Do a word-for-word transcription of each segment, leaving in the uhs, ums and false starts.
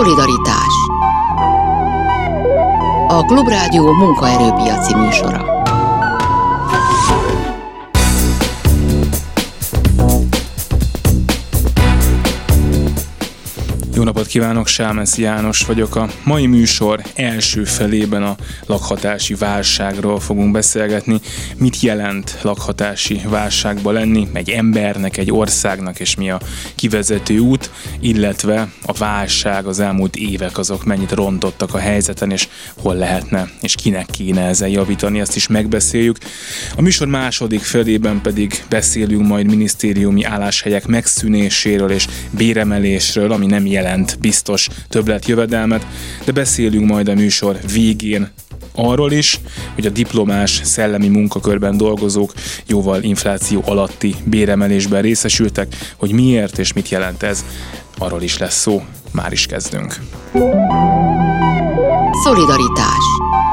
Szolidaritás. A Klubrádió munkaerőpiaci műsora. Jó napot kívánok, Sámesz János vagyok. A mai műsor első felében a lakhatási válságról fogunk beszélgetni. Mit jelent lakhatási válságba lenni egy embernek, egy országnak, és mi a kivezető út, illetve a válság, az elmúlt évek azok mennyit rontottak a helyzeten, és hol lehetne, és kinek kéne ezzel javítani, ezt is megbeszéljük. A műsor második felében pedig beszélünk majd minisztériumi álláshelyek megszűnéséről és béremelésről, ami nem jelent biztos többletjövedelmet, de beszélünk majd a műsor végén arról is, hogy a diplomás szellemi munkakörben dolgozók jóval infláció alatti béremelésben részesültek, hogy miért és mit jelent ez, arról is lesz szó. Már is kezdünk. Szolidaritás.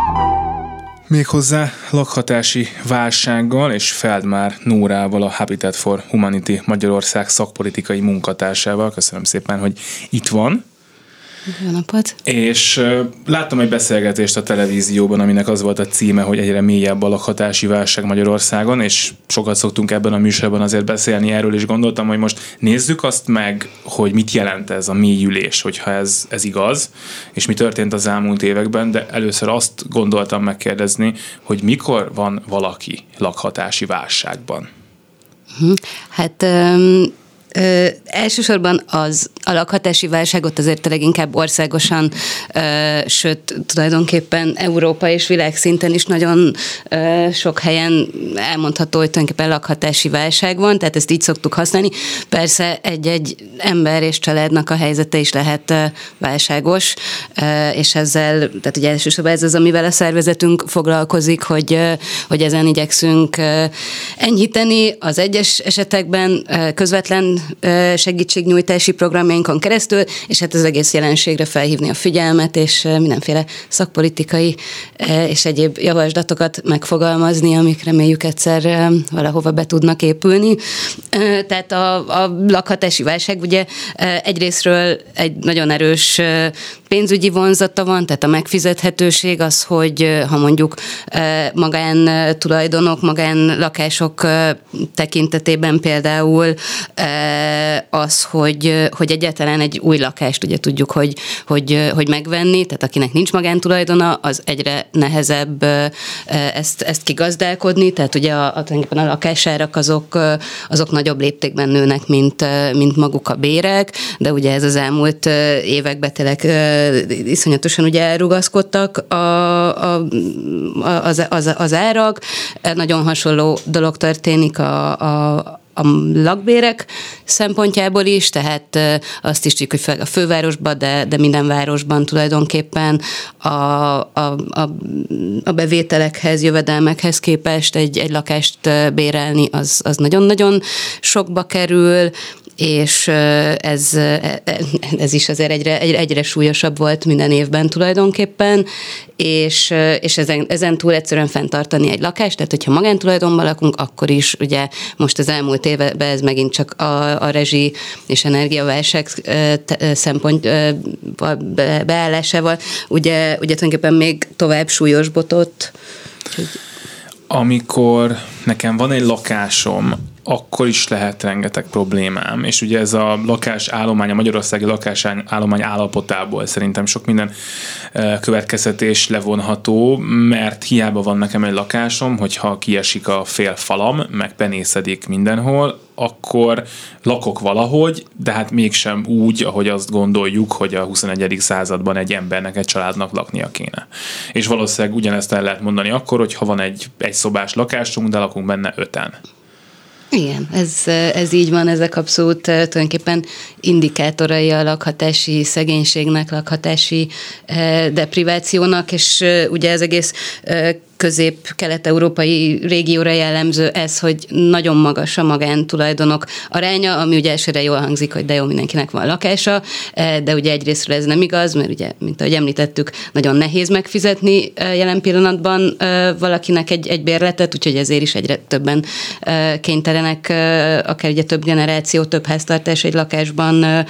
Méghozzá lakhatási válsággal és Feldmár Nórával, a Habitat for Humanity Magyarország szakpolitikai munkatársával. Köszönöm szépen, hogy itt van. Jó napot! És uh, láttam egy beszélgetést a televízióban, aminek az volt a címe, hogy egyre mélyebb a lakhatási válság Magyarországon, és sokat szoktunk ebben a műsorban azért beszélni erről, és gondoltam, hogy most nézzük azt meg, hogy mit jelent ez a mélyülés, hogyha ez, ez igaz, és mi történt az elmúlt években, de először azt gondoltam megkérdezni, hogy mikor van valaki lakhatási válságban? Hát... Um... Ö, elsősorban az, a lakhatási válságot azért leginkább országosan, ö, sőt, tulajdonképpen Európa és világszinten is nagyon ö, sok helyen elmondható, hogy tulajdonképpen lakhatási válság van, tehát ezt így szoktuk használni. Persze egy-egy ember és családnak a helyzete is lehet ö, válságos, ö, és ezzel, tehát ugye elsősorban ez az, amivel a szervezetünk foglalkozik, hogy, ö, hogy ezen igyekszünk ö, enyhíteni az egyes esetekben ö, közvetlen segítségnyújtási programjainkon keresztül, és hát az egész jelenségre felhívni a figyelmet, és mindenféle szakpolitikai és egyéb javaslatokat megfogalmazni, amik reméljük egyszer valahova be tudnak épülni. Tehát a, a lakhatási válság ugye egyrészről egy nagyon erős pénzügyi vonzata van, tehát a megfizethetőség az, hogy ha mondjuk magántulajdonok, magánlakások tekintetében például az, hogy, hogy egyáltalán egy új lakást ugye tudjuk, hogy, hogy, hogy megvenni, tehát akinek nincs magántulajdona, az egyre nehezebb ezt, ezt kigazdálkodni, tehát ugye a, a, a lakásárak azok, azok nagyobb léptékben nőnek, mint, mint maguk a bérek, de ugye ez az elmúlt években tényleg iszonyatosan ugye elrugaszkodtak a, a, az, az, az árak. Nagyon hasonló dolog történik a, a a lakbérek szempontjából is, tehát azt is tudjuk, hogy főleg a fővárosban, de, de minden városban tulajdonképpen a, a, a, a bevételekhez, jövedelmekhez képest egy, egy lakást bérelni, az, az nagyon-nagyon sokba kerül, és ez, ez is azért egyre, egyre, egyre súlyosabb volt minden évben tulajdonképpen, és, és ezen, ezen túl egyszerűen fenntartani egy lakást, tehát hogyha magántulajdonban lakunk, akkor is ugye most az elmúlt években ez megint csak a, a rezsi és energiaválság szempont beállásával ugye, ugye tulajdonképpen még tovább súlyosbotott. Amikor nekem van egy lakásom, akkor is lehet rengeteg problémám, és ugye ez a lakásállomány, a magyarországi lakásállomány állapotából szerintem sok minden következtetés levonható, mert hiába van nekem egy lakásom, hogyha kiesik a fél falam, meg penészedik mindenhol, akkor lakok valahogy, de hát mégsem úgy, ahogy azt gondoljuk, hogy a huszonegyedik században egy embernek, egy családnak laknia kéne. És valószínűleg ugyanezt el lehet mondani akkor, hogyha van egy egyszobás lakásunk, de lakunk benne öten. Igen, ez, ez így van, ezek abszolút tulajdonképpen indikátorai a lakhatási szegénységnek, lakhatási deprivációnak, és ugye ez egész közép-kelet-európai régióra jellemző ez, hogy nagyon magas a magántulajdonok aránya, ami ugye elsőre jól hangzik, hogy de jó, mindenkinek van lakása, de ugye egyrésztről ez nem igaz, mert ugye, mint ahogy említettük, nagyon nehéz megfizetni jelen pillanatban valakinek egy, egy bérletet, úgyhogy ezért is egyre többen kénytelenek, akár ugye több generáció, több háztartás egy lakásban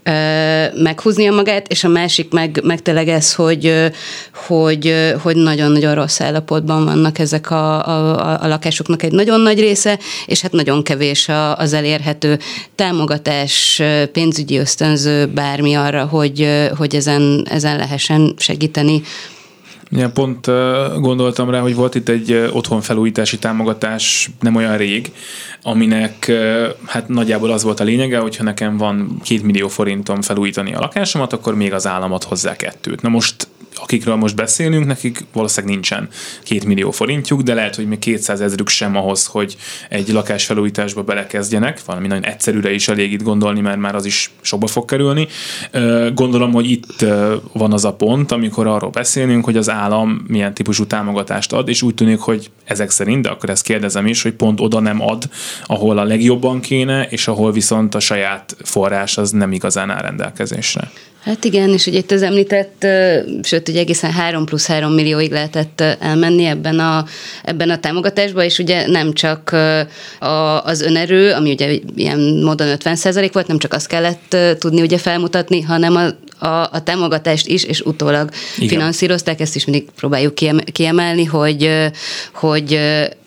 meghúznia magát, és a másik meg, meg tényleg ez, hogy, hogy, hogy nagyon-nagyon rossz állapotban vannak ezek a, a, a lakásoknak egy nagyon nagy része, és hát nagyon kevés az elérhető támogatás, pénzügyi ösztönző, bármi arra, hogy, hogy ezen, ezen lehessen segíteni. Ja, pont gondoltam rá, hogy volt itt egy otthonfelújítási támogatás nem olyan rég, aminek hát nagyjából az volt a lényege, hogyha nekem van két millió forintom felújítani a lakásomat, akkor még az állam ad hozzá kettőt. Na most akikről most beszélünk, nekik valószínűleg nincsen két millió forintjuk, de lehet, hogy még kétszázezrük sem ahhoz, hogy egy lakásfelújításba belekezdjenek. Valami nagyon egyszerűre is elég itt gondolni, mert már az is sokba fog kerülni. Gondolom, hogy itt van az a pont, amikor arról beszélünk, hogy az állam milyen típusú támogatást ad, és úgy tűnik, hogy ezek szerint, de akkor ezt kérdezem is, hogy pont oda nem ad, ahol a legjobban kéne, és ahol viszont a saját forrás az nem igazán áll rendelkezésre. Hát igen, és ugye itt az említett, sőt, ugye egészen három plusz három millióig lehetett elmenni ebben a, ebben a támogatásban, és ugye nem csak a, az önerő, ami ugye ilyen módon ötven százalék volt, nem csak azt kellett tudni ugye felmutatni, hanem a, a, a támogatást is, és utólag igen. finanszírozták, ezt is mindig próbáljuk kiemelni, hogy, hogy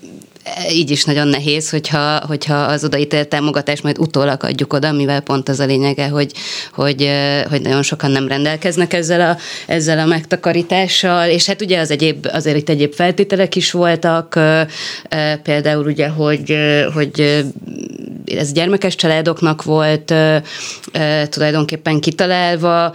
így is nagyon nehéz, hogyha, hogyha az odaítélt támogatást majd utólag adjuk oda, mivel pont az a lényege, hogy, hogy, hogy nagyon sokan nem rendelkeznek ezzel a, ezzel a megtakarítással, és hát ugye az egyéb, azért itt egyéb feltételek is voltak, például ugye, hogy, hogy ez gyermekes családoknak volt tulajdonképpen kitalálva,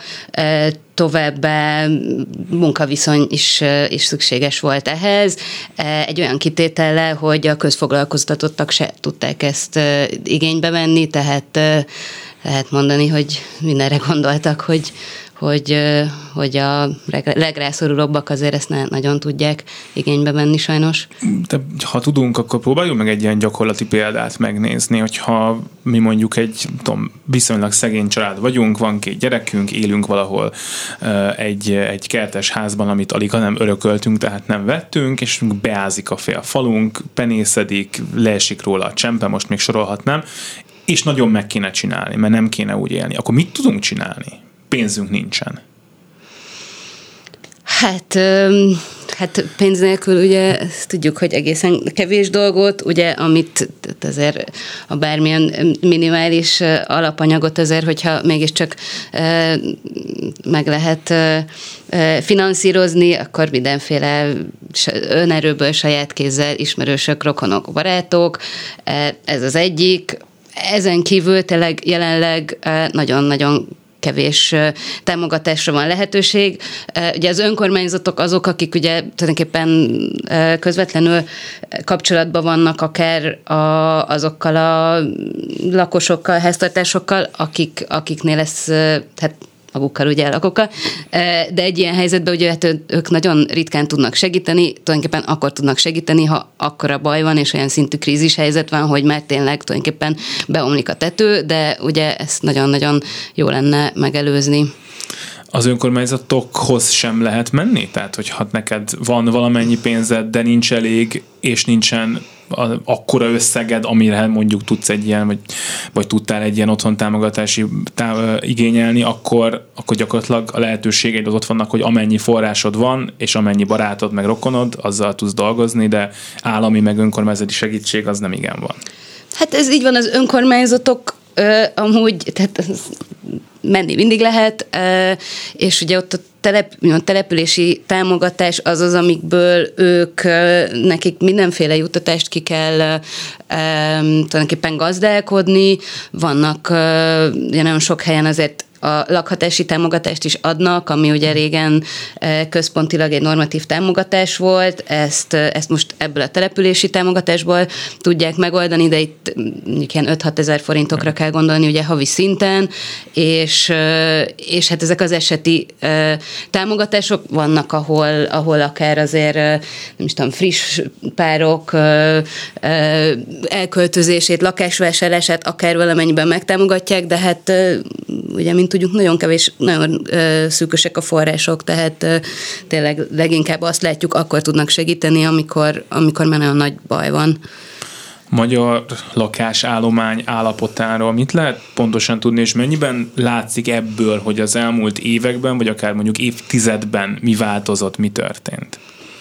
továbbá munkaviszony is, is szükséges volt ehhez. Egy olyan kitétellel, hogy a közfoglalkoztatottak se tudták ezt igénybe venni, tehát lehet mondani, hogy mindenre gondoltak, hogy, hogy, hogy a legrászorulóbbak azért ezt ne nagyon tudják igénybe venni sajnos. De ha tudunk, akkor próbáljuk meg egy ilyen gyakorlati példát megnézni, hogyha mi mondjuk egy tudom, viszonylag szegény család vagyunk, van két gyerekünk, élünk valahol egy, egy kertes házban, amit alig nem örököltünk, tehát nem vettünk, és beázik a fél falunk, penészedik, leesik róla a csempe, most még sorolhatnám, és nagyon meg kéne csinálni, mert nem kéne úgy élni. Akkor mit tudunk csinálni? Pénzünk nincsen. Hát, hát pénz nélkül ugye ezt tudjuk, hogy egészen kevés dolgot, ugye, amit azért a bármilyen minimális alapanyagot azért, hogyha mégiscsak meg lehet finanszírozni, akkor mindenféle önerőből, saját kézzel ismerősök, rokonok, barátok, ez az egyik. Ezen kívül tényleg jelenleg nagyon-nagyon kevés támogatásra van lehetőség. Ugye az önkormányzatok azok, akik ugye tulajdonképpen közvetlenül kapcsolatban vannak akár a, azokkal a lakosokkal, háztartásokkal, akik, akiknél ez, hát magukkal, ugye lakokkal, de egy ilyen helyzetben ugye hát ők nagyon ritkán tudnak segíteni, tulajdonképpen akkor tudnak segíteni, ha akkora baj van, és olyan szintű krízis helyzet van, hogy már tényleg tulajdonképpen beomlik a tető, de ugye ezt nagyon-nagyon jó lenne megelőzni. Az önkormányzatokhoz sem lehet menni? Tehát, hogyha neked van valamennyi pénzed, de nincs elég, és nincsen akkora összeged, amire mondjuk tudsz egy ilyen, vagy, vagy tudtál egy ilyen otthon támogatási tá- igényelni, akkor, akkor gyakorlatilag a lehetőségeid az ott vannak, hogy amennyi forrásod van, és amennyi barátod meg rokonod, azzal tudsz dolgozni, de állami meg önkormányzati segítség az nem igen van. Hát ez így van, az önkormányzatok ö, amúgy, tehát menni mindig lehet, ö, és ugye ott a telep, települési támogatás az az, amikből ők, nekik mindenféle juttatást ki kell e, tulajdonképpen gazdálkodni. Vannak e, nagyon sok helyen azért a lakhatási támogatást is adnak, ami ugye régen központilag egy normatív támogatás volt, ezt, ezt most ebből a települési támogatásból tudják megoldani, de itt ilyen öt-hat ezer forintokra kell gondolni ugye havi szinten, és, és hát ezek az eseti támogatások vannak, ahol, ahol akár azért nem is tudom, friss párok elköltözését, lakásvásárlását akár valamennyiben megtámogatják, de hát ugye, mint tudjuk, nagyon kevés, nagyon szűkösek a források, tehát tényleg leginkább azt látjuk, akkor tudnak segíteni, amikor, amikor már nagyon nagy baj van. Magyar lakásállomány állapotáról mit lehet pontosan tudni, és mennyiben látszik ebből, hogy az elmúlt években, vagy akár mondjuk évtizedben mi változott, mi történt?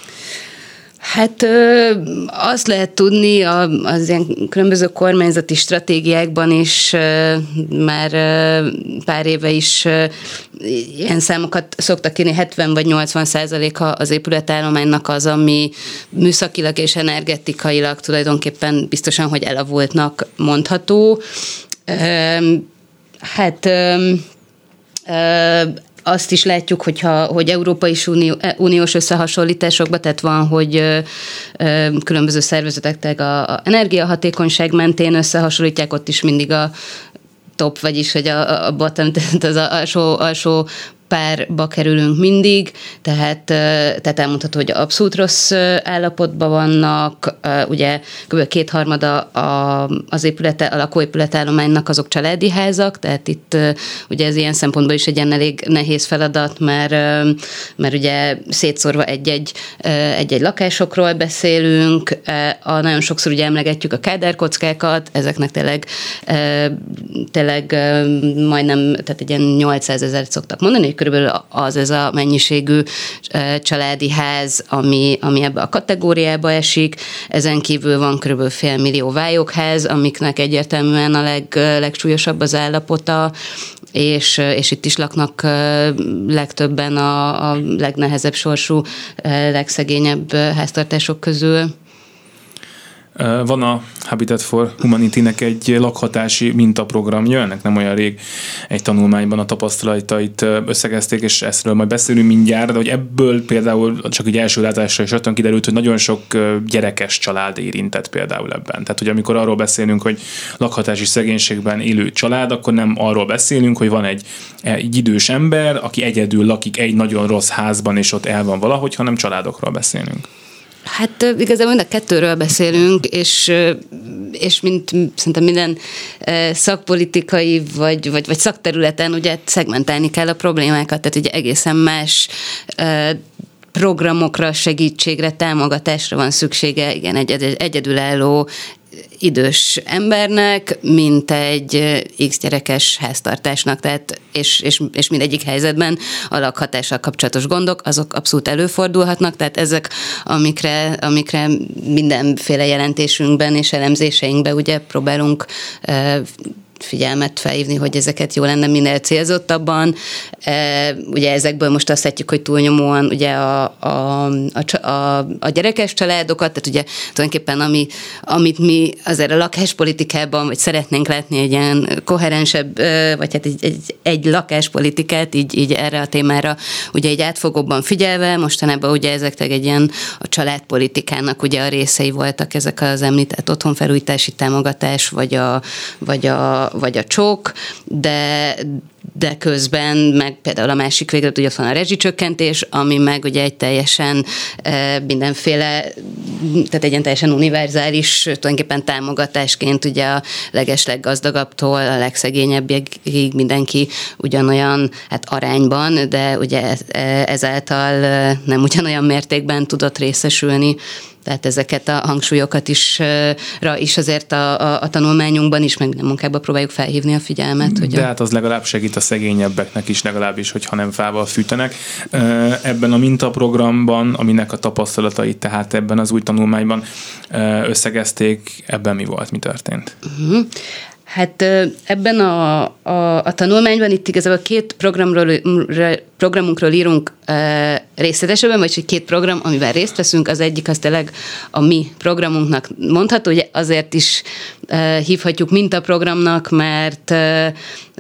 Hát ö, azt lehet tudni az ilyen különböző kormányzati stratégiákban is ö, már ö, pár éve is ö, ilyen számokat szoktak írni, hetven vagy nyolcvan százaléka az épületállománynak az, ami műszakilag és energetikailag tulajdonképpen biztosan, hogy elavultnak mondható. Ö, hát ö, ö, azt is látjuk, hogyha, hogy Európai Unió, Uniós összehasonlításokban, tehát van, hogy ö, ö, különböző szervezetek, tehát a, a energiahatékonyság mentén összehasonlítják, ott is mindig a top, vagyis hogy a, a bottom, tehát az alsó, alsó párba kerülünk mindig, tehát, tehát elmondható, hogy abszolút rossz állapotban vannak, ugye kb. kétharmada az épülete, a lakóépületállománynak azok családi házak, tehát itt ugye ez ilyen szempontból is egy ilyen elég nehéz feladat, mert, mert ugye szétszórva egy-egy, egy-egy lakásokról beszélünk, a, nagyon sokszor ugye emlegetjük a kádárkockákat, ezeknek tényleg, tényleg majdnem, tehát egy ilyen nyolcszázezret szoktak mondani, körülbelül az ez a mennyiségű családi ház, ami, ami ebbe a kategóriába esik. Ezen kívül van körülbelül fél millió vályogház, amiknek egyértelműen a leg, legsúlyosabb az állapota, és, és itt is laknak legtöbben a, a legnehezebb sorsú, legszegényebb háztartások közül. Van a Habitat for Humanity-nek egy lakhatási mintaprogramja, ennek nem olyan rég egy tanulmányban a tapasztalatait összegezték, és ezről majd beszélünk mindjárt, de hogy ebből például csak így első látásra is rögtön kiderült, hogy nagyon sok gyerekes család érintett például ebben. Tehát, hogy amikor arról beszélünk, hogy lakhatási szegénységben élő család, akkor nem arról beszélünk, hogy van egy, egy idős ember, aki egyedül lakik egy nagyon rossz házban, és ott el van valahogy, hanem családokról beszélünk. Hát igazából mind a kettőről beszélünk, és, és mint szerintem minden szakpolitikai vagy, vagy, vagy szakterületen ugye szegmentálni kell a problémákat, tehát ugye egészen más programokra, segítségre, támogatásra van szüksége, igen, egy egyedülálló idős embernek, mint egy X gyerekes háztartásnak, tehát és, és, és mindegyik helyzetben a lakhatással kapcsolatos gondok, azok abszolút előfordulhatnak, tehát ezek, amikre, amikre mindenféle jelentésünkben és elemzéseinkben ugye próbálunk figyelmet felhívni, hogy ezeket jó lenne minél célzottabban. E, ugye ezekből most azt látjuk, hogy túlnyomóan ugye a, a, a, a, a gyerekes családokat, tehát ugye tulajdonképpen ami, amit mi azért a lakáspolitikában, vagy szeretnénk látni egy ilyen koherensebb, vagy hát egy, egy, egy lakáspolitikát, így, így erre a témára ugye egy átfogóbban figyelve, mostanában ugye ezek egy ilyen a családpolitikának ugye a részei voltak ezek az említett otthonfelújítási támogatás, vagy a, vagy a vagy a csók, de, de közben meg például a másik végre ugye ott van a rezsicsökkentés, ami meg ugye egy teljesen e, mindenféle, tehát egy ilyen teljesen univerzális tulajdonképpen támogatásként ugye a legesleggazdagabbtól a legszegényebbig mindenki ugyanolyan hát arányban, de ugye ezáltal nem ugyanolyan mértékben tudott részesülni. Tehát ezeket a hangsúlyokat is, ra is azért a, a, a tanulmányunkban is, meg a munkában próbáljuk felhívni a figyelmet. Hogy De a... hát az legalább segít a szegényebbeknek is, legalábbis, hogyha nem fával fűtenek. Ebben a mintaprogramban, aminek a tapasztalatait tehát ebben az új tanulmányban összegezték, ebben mi volt, mi történt? Uh-huh. Hát ebben a, a, a tanulmányban itt igazából két programról, programunkról írunk e, részletesebben, vagy két program, amivel részt veszünk. Az egyik az tényleg a mi programunknak mondható, ugye azért is e, hívhatjuk mintaprogramnak, mert, e,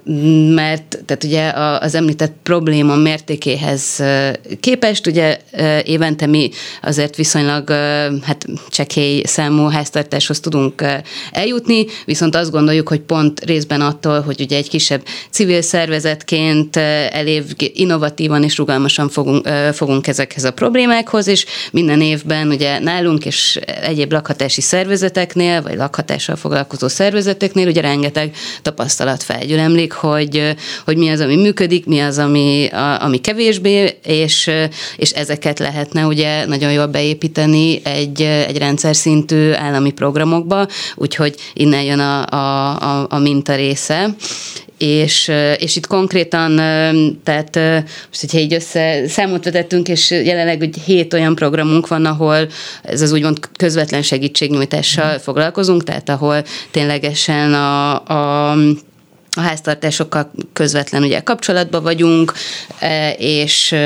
mert tehát ugye az említett probléma mértékéhez képest ugye évente mi azért viszonylag hát csekély számú háztartáshoz tudunk eljutni, viszont azt gondoljuk, hogy pont részben attól, hogy ugye egy kisebb civil szervezetként elég innovatívan és rugalmasan fogunk, fogunk ezekhez a problémákhoz, és minden évben ugye nálunk és egyéb lakhatási szervezeteknél, vagy lakhatással foglalkozó szervezeteknél ugye rengeteg tapasztalat felgyülemlik, hogy, hogy mi az, ami működik, mi az, ami, a, ami kevésbé, és, és ezeket lehetne ugye nagyon jól beépíteni egy, egy rendszer szintű állami programokba, úgyhogy innen jön a, a, a, a minta része. És, és itt konkrétan, tehát most, hogyha így össze számot vetettünk, és jelenleg úgy hét olyan programunk van, ahol ez az úgymond közvetlen segítségnyújtással foglalkozunk, tehát ahol ténylegesen a, a a háztartásokkal közvetlen ugye kapcsolatban vagyunk, és,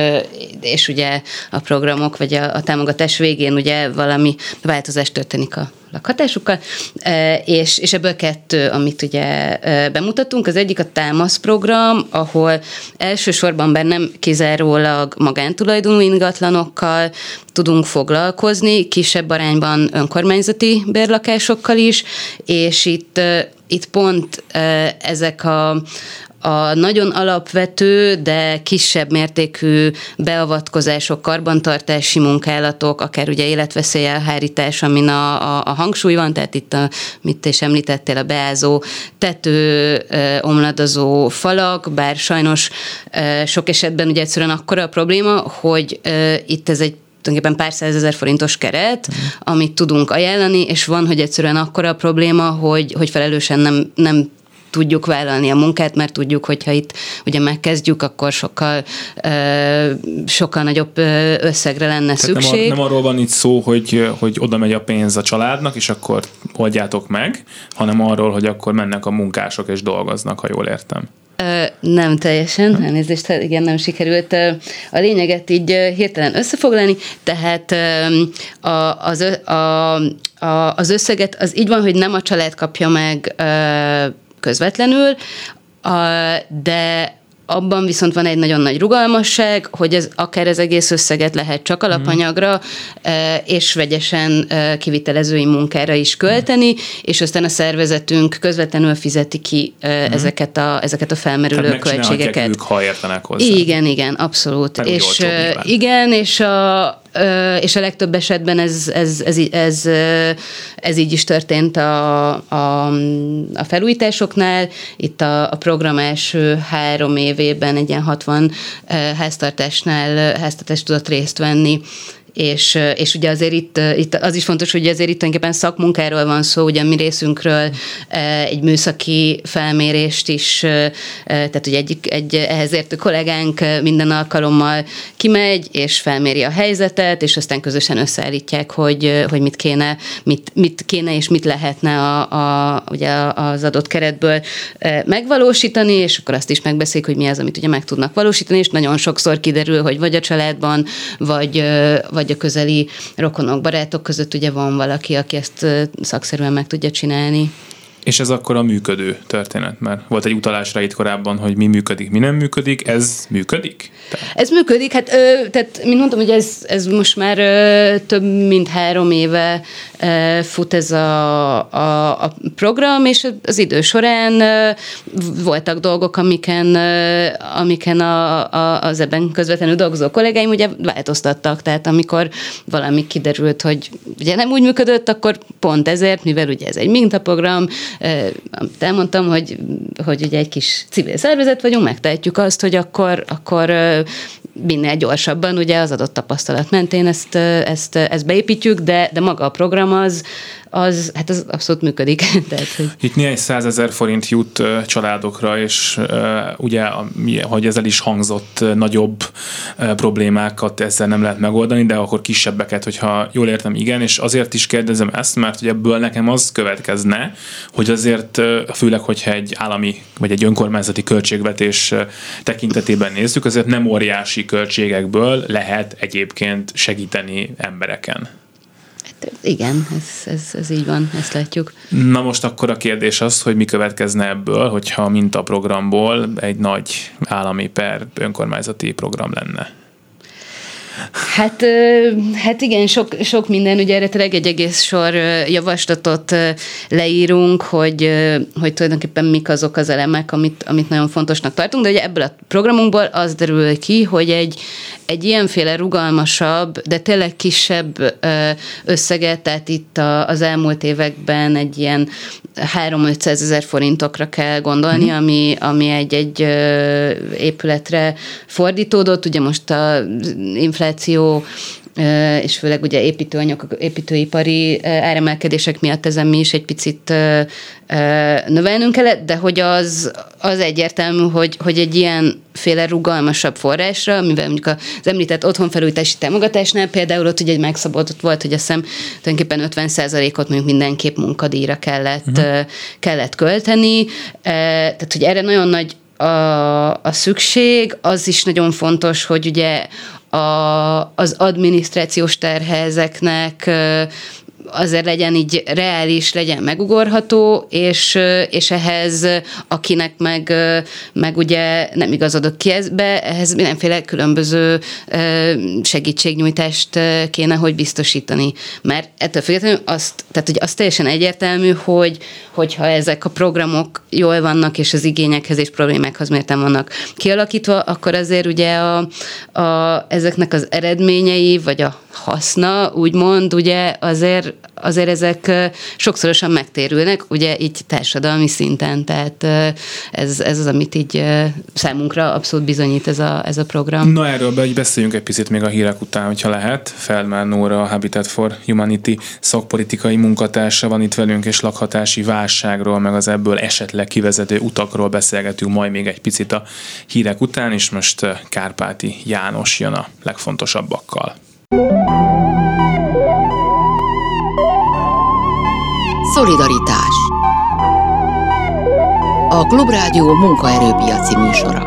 és ugye a programok, vagy a, a támogatás végén ugye valami változás történik a lakhatásukkal, és, és ebből kettő, amit ugye bemutatunk, az egyik a Támasz program, ahol elsősorban bár nem kizárólag magántulajdonú ingatlanokkal tudunk foglalkozni, kisebb arányban önkormányzati bérlakásokkal is, és itt Itt pont ezek a, a nagyon alapvető, de kisebb mértékű beavatkozások, karbantartási munkálatok, akár ugye életveszélyelhárítás, amin a, a, a hangsúly van, tehát itt, a, mit is említettél, a beázó tető, omladozó falak, bár sajnos sok esetben ugye egyszerűen akkora a probléma, hogy itt ez egy tulajdonképpen pár százezer forintos keret, mm. amit tudunk ajánlani, és van, hogy egyszerűen akkora a probléma, hogy, hogy felelősen nem, nem tudjuk vállalni a munkát, mert tudjuk, hogyha itt ugye megkezdjük, akkor sokkal, ö, sokkal nagyobb összegre lenne Tehát szükség. Nem, a, nem arról van itt szó, hogy, hogy oda megy a pénz a családnak, és akkor oldjátok meg, hanem arról, hogy akkor mennek a munkások és dolgoznak, ha jól értem. Nem teljesen, elnézést, igen, nem sikerült a lényeget így hirtelen összefoglalni, tehát az, a, a, az összeget az így van, hogy nem a család kapja meg közvetlenül, de abban viszont van egy nagyon nagy rugalmasság, hogy ez akár az egész összeget lehet csak alapanyagra és vegyesen kivitelezői munkára is költeni, és aztán a szervezetünk közvetlenül fizeti ki ezeket a, ezeket a felmerülő Tehát költségeket. Ők, ha értenek hozzá. Igen, igen, abszolút. Meg és igen, és a és a legtöbb esetben ez, ez, ez, ez, ez így is történt a, a, a felújításoknál. Itt a, a program első három évében egy ilyen hatvan háztartásnál háztartás tudott részt venni. És, és ugye azért itt, itt az is fontos, hogy azért itt tulajdonképpen szakmunkáról van szó, ugye a mi részünkről egy műszaki felmérést is, tehát ugye egy, egy ehhez értő kollégánk minden alkalommal kimegy, és felméri a helyzetet, és aztán közösen összeállítják, hogy, hogy mit kéne, mit, mit kéne és mit lehetne a, a, ugye az adott keretből megvalósítani, és akkor azt is megbeszéljük, hogy mi az, amit ugye meg tudnak valósítani, és nagyon sokszor kiderül, hogy vagy a családban, vagy, vagy vagy a közeli rokonok, barátok között ugye van valaki, aki ezt szakszerűen meg tudja csinálni. És ez akkor a működő történet, mert volt egy utalás rá itt korábban, hogy mi működik, mi nem működik, ez működik? Tehát... Ez működik, hát ö, tehát, mint mondtam, hogy ez, ez most már ö, több mint három éve ö, fut ez a, a, a program, és az idő során ö, voltak dolgok, amiken, ö, amiken a, a, az ebben közvetlenül dolgozó kollégáim ugye változtattak, tehát amikor valami kiderült, hogy ugye nem úgy működött, akkor pont ezért, mivel ugye ez egy mintaprogram, amit elmondtam, hogy, hogy ugye egy kis civil szervezet vagyunk, megtehetjük azt, hogy akkor, akkor minél gyorsabban ugye az adott tapasztalat mentén ezt, ezt, ezt beépítjük, de, de maga a program az, az, hát az abszolút működik. Tehát, hogy... Itt néhány százezer forint jut családokra, és uh, ugye, hogy ezzel is hangzott, nagyobb uh, problémákat ezzel nem lehet megoldani, de akkor kisebbeket, hogyha jól értem, igen, és azért is kérdezem ezt, mert hogy ebből nekem az következne, hogy azért uh, főleg, hogyha egy állami vagy egy önkormányzati költségvetés uh, tekintetében nézzük, azért nem óriási költségekből lehet egyébként segíteni embereken. Igen, ez, ez, ez így van, ezt látjuk. Na most akkor a kérdés az, hogy mi következne ebből, hogyha mintaprogramból egy nagy állami per önkormányzati program lenne. Hát, hát igen, sok, sok minden, ugye erre tényleg egy egész sor javaslatot leírunk, hogy, hogy tulajdonképpen mik azok az elemek, amit, amit nagyon fontosnak tartunk, de ugye ebből a programunkból az derül ki, hogy egy, egy ilyenféle rugalmasabb, de tényleg kisebb összeget, tehát itt az elmúlt években egy ilyen három-ötszázezer forintokra kell gondolni, mm. ami, ami egy-egy épületre fordítódott, ugye most az infláció és főleg ugye építőanyag, építőipari áremelkedések miatt ezen mi is egy picit növelnünk kellett, de hogy az, az egyértelmű, hogy, hogy egy ilyen féle rugalmasabb forrásra, mivel mondjuk az említett otthonfelújítási támogatásnál például ott ugye egy megszabadott volt, hogy azt hiszem tulajdonképpen ötven százalékot mondjuk mindenképp munkadíjra kellett, uh-huh. kellett költeni, tehát hogy erre nagyon nagy a, a szükség, az is nagyon fontos, hogy ugye a, az adminisztrációs terhe ezeknek azért legyen így reális, legyen megugorható, és, és ehhez, akinek meg, meg ugye nem igazodott ki ezbe, ehhez mindenféle különböző segítségnyújtást kéne, hogy biztosítani. Mert ettől függetlenül azt, tehát, hogy az teljesen egyértelmű, hogy, hogyha ezek a programok jól vannak, és az igényekhez és problémákhoz mérten vannak kialakítva, akkor azért ugye a, a, ezeknek az eredményei, vagy a haszna, úgymond, ugye azért, azért ezek sokszorosan megtérülnek, ugye így társadalmi szinten, tehát ez, ez az, amit így számunkra abszolút bizonyít ez a, ez a program. Na erről be, hogy beszéljünk egy picit még a hírek után, hogyha lehet. Feldmár Nóra, a Habitat for Humanity szakpolitikai munkatársa van itt velünk, és lakhatási válságról, meg az ebből esetleg kivezető utakról beszélgetünk majd még egy picit a hírek után, és most Kárpáti János jön a legfontosabbakkal. Szolidaritás. A Klubrádió munkaerőpiaci műsora.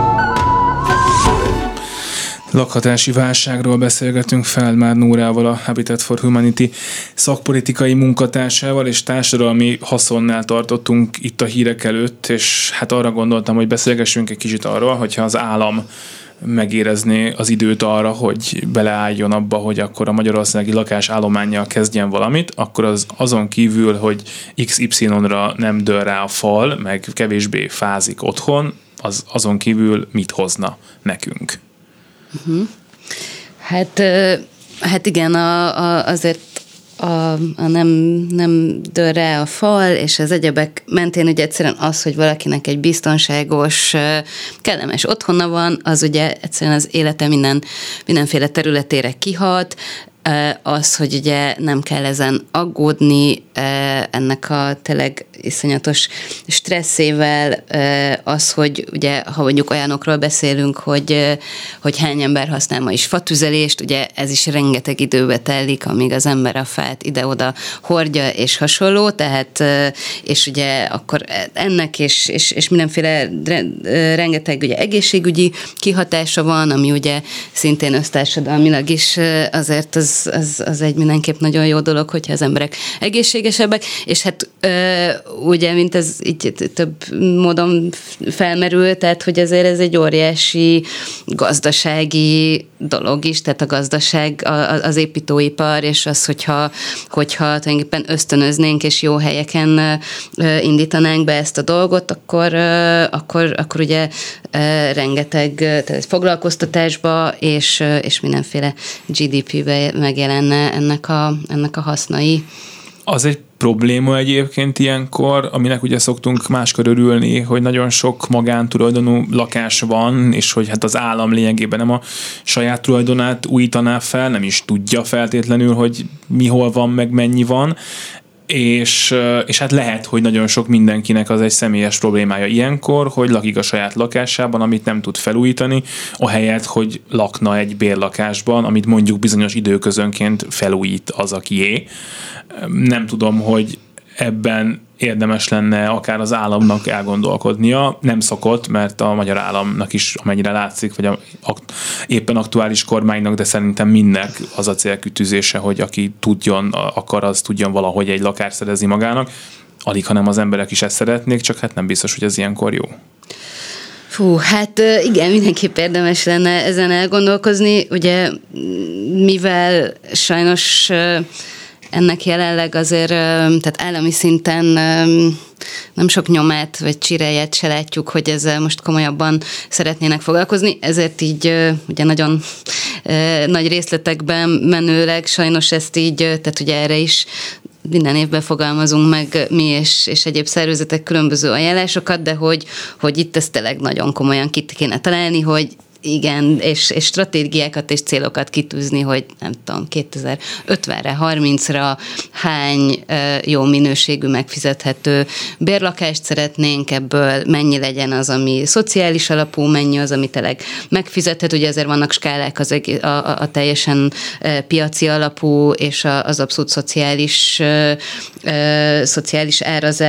Lakhatási válságról beszélgetünk Feldmár Nórával, a Habitat for Humanity szakpolitikai munkatársával, és társadalmi haszonnál tartottunk itt a hírek előtt, és hát arra gondoltam, hogy beszélgessünk egy kicsit arról, hogyha az állam megérezné az időt arra, hogy beleálljon abba, hogy akkor a magyarországi lakásállománnyal kezdjen valamit, akkor az azon kívül, hogy iksz ipszilonra nem dől rá a fal, meg kevésbé fázik otthon, az azon kívül mit hozna nekünk? Uh-huh. Hát, hát igen, a, a, azért a, a nem, nem dől rá a fal, és az egyebek mentén ugye egyszerűen az, hogy valakinek egy biztonságos, kellemes otthona van, az ugye egyszerűen az élete minden, mindenféle területére kihat, az, hogy ugye nem kell ezen aggódni, ennek a tényleg iszonyatos stresszével, az, hogy ugye, ha mondjuk olyanokról beszélünk, hogy, hogy hány ember használ ma is fatüzelést, ugye ez is rengeteg időbe telik, amíg az ember a fát ide-oda hordja és hasonló, tehát és ugye akkor ennek és, és, és mindenféle rengeteg ugye egészségügyi kihatása van, ami ugye szintén össztársadalmilag is azért az, az, az egy mindenképp nagyon jó dolog, hogyha az emberek egészségesebbek, és hát ugye, mint ez így több módon felmerül, tehát, hogy ezért ez egy óriási gazdasági dolog is, tehát a gazdaság, az építőipar, és az, hogyha, hogyha tulajdonképpen ösztönöznénk, és jó helyeken indítanánk be ezt a dolgot, akkor, akkor, akkor ugye rengeteg tehát foglalkoztatásba, és, és mindenféle gé dé pé-be megjelenne ennek a, ennek a hasznai. Az egy probléma egyébként ilyenkor, aminek ugye szoktunk máskor örülni, hogy nagyon sok magántulajdonú lakás van, és hogy hát az állam lényegében nem a saját tulajdonát újítaná fel, nem is tudja feltétlenül, hogy mi hol van, meg mennyi van, és, és hát lehet, hogy nagyon sok mindenkinek az egy személyes problémája ilyenkor, hogy lakik a saját lakásában, amit nem tud felújítani, ahelyett, hogy lakna egy bérlakásban, amit mondjuk bizonyos időközönként felújít az, akié. Nem tudom, hogy ebben érdemes lenne akár az államnak elgondolkodnia. Nem szokott, mert a magyar államnak is, amennyire látszik, vagy a, a, éppen aktuális kormánynak, de szerintem mindnek az a célkütűzése, hogy aki tudjon, akar, az tudjon valahogy egy lakást szerezni magának. Alig, hanem az emberek is ezt szeretnék, csak hát nem biztos, hogy ez ilyenkor jó. Fú, hát igen, mindenképp érdemes lenne ezen elgondolkozni. Ugye, mivel sajnos ennek jelenleg azért, tehát állami szinten nem sok nyomát vagy csiráját se látjuk, hogy ezzel most komolyabban szeretnének foglalkozni, ezért így ugye nagyon nagy részletekben menőleg sajnos ezt így, tehát ugye erre is minden évben fogalmazunk meg mi és, és egyéb szervezetek különböző ajánlásokat, de hogy, hogy itt ezt tényleg nagyon komolyan ki kéne találni, hogy igen, és, és stratégiákat és célokat kitűzni, hogy nem tudom, kétezer-ötvenre, harmincra hány jó minőségű, megfizethető bérlakást szeretnénk, ebből mennyi legyen az, ami szociális alapú, mennyi az, ami tényleg megfizethető, ugye ezért vannak skálák az egész, a, a, a teljesen piaci alapú és az abszolút szociális, szociális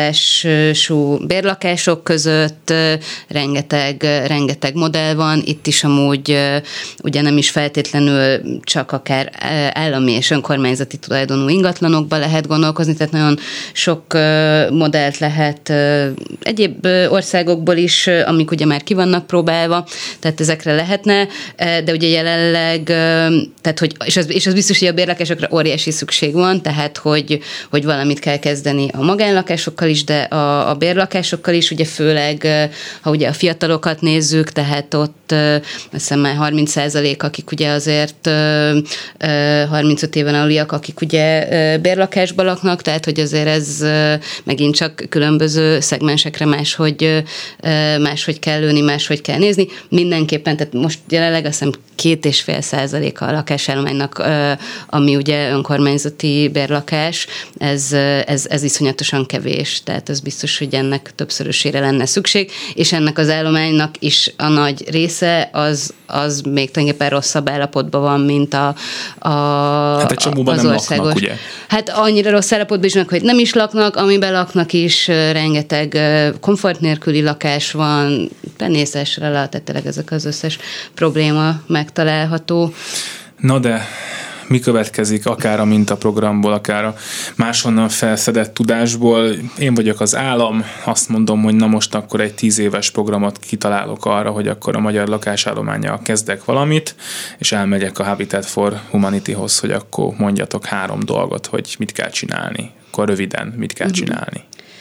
árazású bérlakások között, rengeteg, rengeteg modell van, itt is amúgy ugye nem is feltétlenül csak akár állami és önkormányzati tulajdonú ingatlanokba lehet gondolkozni, tehát nagyon sok modellt lehet egyéb országokból is, amik ugye már ki vannak próbálva, tehát ezekre lehetne, de ugye jelenleg, tehát hogy, és, az, és az biztos, hogy a bérlakásokra óriási szükség van, tehát hogy, hogy valamit kell kezdeni a magánlakásokkal is, de a, a bérlakásokkal is, ugye főleg, ha ugye a fiatalokat nézzük, tehát ott azt hiszem már harminc százalék, akik ugye azért harmincöt éven aluliak, akik ugye bérlakásban laknak, tehát hogy azért ez megint csak különböző szegmensekre máshogy, máshogy kell lőni, máshogy kell nézni. Mindenképpen, tehát most jelenleg azt hiszem két és fél százaléka a lakásállománynak, ami ugye önkormányzati bérlakás, ez, ez, ez iszonyatosan kevés, tehát ez biztos, hogy ennek többszörösére lenne szükség, és ennek az állománynak is a nagy része az, az még tulajdonképpen rosszabb állapotban van, mint a, a hát egy csomóban nem országos. Laknak, ugye? Hát annyira rossz állapotban is, hogy nem is laknak, amiben laknak is, rengeteg komfort nélküli lakás van, penészesre lehetetleg ezek az összes probléma megtalálható. Na de mi következik, akár a mintaprogramból, akár a máshonnan felszedett tudásból? Én vagyok az állam, azt mondom, hogy na most akkor egy tíz éves programot kitalálok arra, hogy akkor a magyar lakásállománnyal kezdek valamit, és elmegyek a Habitat for Humanityhoz, hogy akkor mondjatok három dolgot, hogy mit kell csinálni. Akkor röviden mit kell uh-huh. csinálni.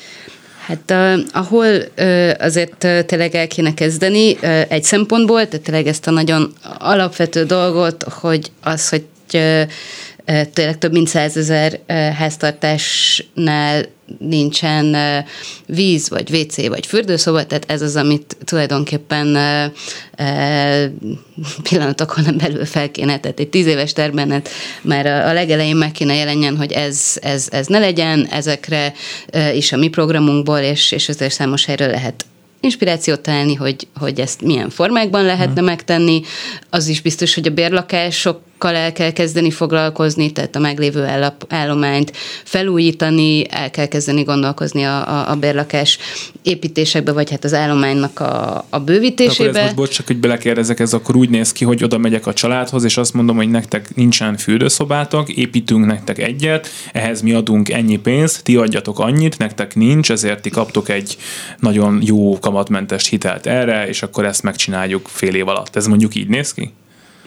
Hát uh, ahol uh, azért uh, tényleg el kéne kezdeni uh, egy szempontból, tehát tényleg ezt a nagyon alapvető dolgot, hogy az, hogy uh, tényleg több mint százezer uh, háztartásnál nincsen uh, víz, vagy vé cé, vagy fürdőszoba, tehát ez az, amit tulajdonképpen uh, uh, pillanatokon belül fel kéne, tehát egy tíz éves tervben már a legelején meg kéne jelenjen, hogy ez, ez, ez ne legyen, ezekre uh, is a mi programunkból, és, és ezért számos helyről lehet inspirációt találni, hogy, hogy ezt milyen formákban lehetne hmm. megtenni. Az is biztos, hogy a bérlakásokkal el kell kezdeni foglalkozni, tehát a meglévő állap, állományt felújítani, el kell kezdeni gondolkozni a, a, a bérlakás építésekbe, vagy hát az állománynak a, a bővítésébe. Akkor ez most, bocs, csak hogy belekérdezek, ez akkor úgy néz ki, hogy oda megyek a családhoz, és azt mondom, hogy nektek nincsen fürdőszobátok, építünk nektek egyet, ehhez mi adunk ennyi pénzt, ti adjatok annyit, nektek nincs, ezért ti kaptok egy nagyon jó kamatmentes hitelt erre, és akkor ezt megcsináljuk fél év alatt. Ez mondjuk így néz ki?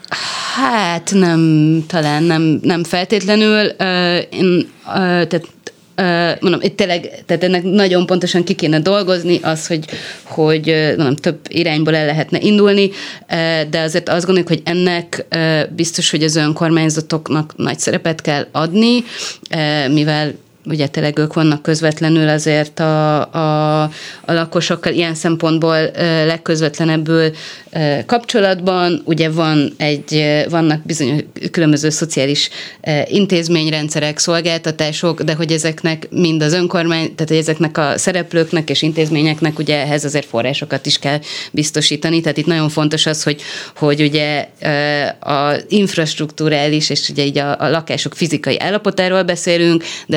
Hát nem, talán nem, nem feltétlenül. Uh, én, uh, tehát Uh, mondom, itt tényleg, tehát ennek nagyon pontosan ki kéne dolgozni, az, hogy, hogy mondom, több irányból el lehetne indulni, uh, de azért azt gondoljuk, hogy ennek uh, biztos, hogy az önkormányzatoknak nagy szerepet kell adni, uh, mivel ugye tényleg ők vannak közvetlenül azért a, a, a lakosokkal ilyen szempontból uh, legközvetlenebbül uh, kapcsolatban. Ugye van egy, vannak bizonyos különböző szociális uh, intézményrendszerek, szolgáltatások, de hogy ezeknek mind az önkormány, tehát hogy ezeknek a szereplőknek és intézményeknek ugye ehhez azért forrásokat is kell biztosítani. Tehát itt nagyon fontos az, hogy, hogy ugye uh, az infrastruktúrális és ugye így a, a lakások fizikai állapotáról beszélünk, de legalább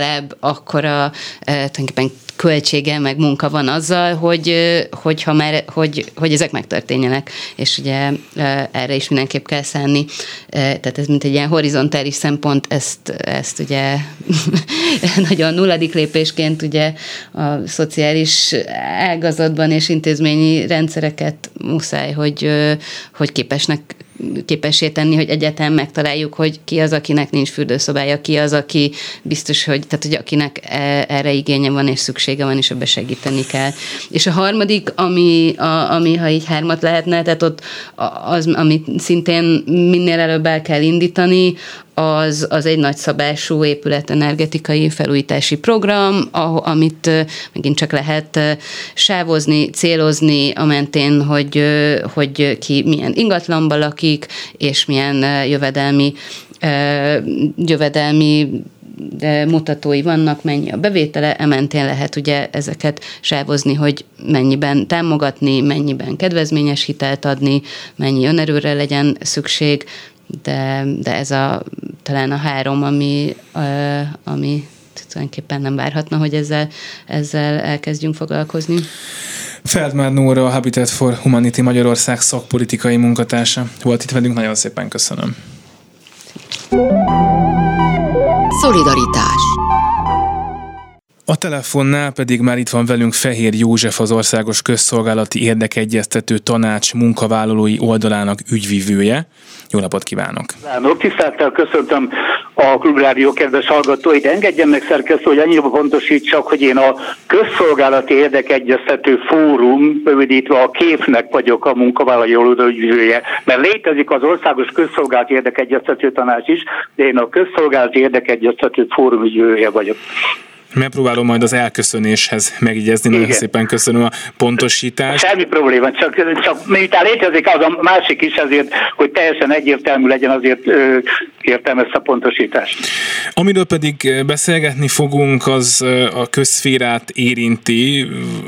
legalább akkora tulajdonképpen költsége, meg munka van azzal, hogy, hogy, ha már, hogy, hogy ezek megtörténjenek, és ugye erre is mindenképp kell szánni. Tehát ez mint egy ilyen horizontális szempont, ezt, ezt ugye nagyon nulladik lépésként ugye a szociális ágazatban és intézményi rendszereket muszáj, hogy, hogy képesnek képessé tenni, hogy egyáltalán megtaláljuk, hogy ki az, akinek nincs fürdőszobája, ki az, aki biztos, hogy, tehát, hogy akinek erre igénye van és szüksége van, és ebbe segíteni kell. És a harmadik, ami, a, ami ha így hármat lehetne, tehát ott az, amit szintén minél előbb el kell indítani, az, az egy nagyszabású épületenergetikai felújítási program, amit megint csak lehet sávozni, célozni a mentén, hogy, hogy ki milyen ingatlanban lakik, és milyen jövedelmi, jövedelmi mutatói vannak, mennyi a bevétele, ementén lehet ugye ezeket sávozni, hogy mennyiben támogatni, mennyiben kedvezményes hitelt adni, mennyi önerőre legyen szükség, de, de ez a, talán a három, ami, ami tulajdonképpen nem várhatna, hogy ezzel, ezzel elkezdjünk foglalkozni. Feldmár Nóra, a Habitat for Humanity Magyarország szakpolitikai munkatársa volt itt velünk, nagyon szépen köszönöm. Szolidaritás. A telefonnál pedig már itt van velünk Fehér József, az Országos Közszolgálati Érdekegyeztető Tanács munkavállalói oldalának ügyvivője. Jó napot kívánok! Tisztelettel köszöntöm a Klubrádió kedves hallgatóit. Engedjen meg, szerkesztő, hogy annyiba pontosítsak, hogy én a Közszolgálati Érdekegyeztető Fórum, rövidítve a KÉF-nek vagyok a munkavállalói oldal ügyvivője, mert létezik az Országos Közszolgálati Érdekegyeztető Tanács is, de én a Közszolgálati Érdekegyeztető Fórum ügyvivője vagyok. Megpróbálom majd az elköszönéshez megjegyezni, nagyon szépen köszönöm a pontosítást. Semmi probléma, csak, csak miután létezik az a másik is, ezért, hogy teljesen egyértelmű legyen, azért ö, értem ezt a pontosítást. Amiről pedig beszélgetni fogunk, az a közszférát érinti.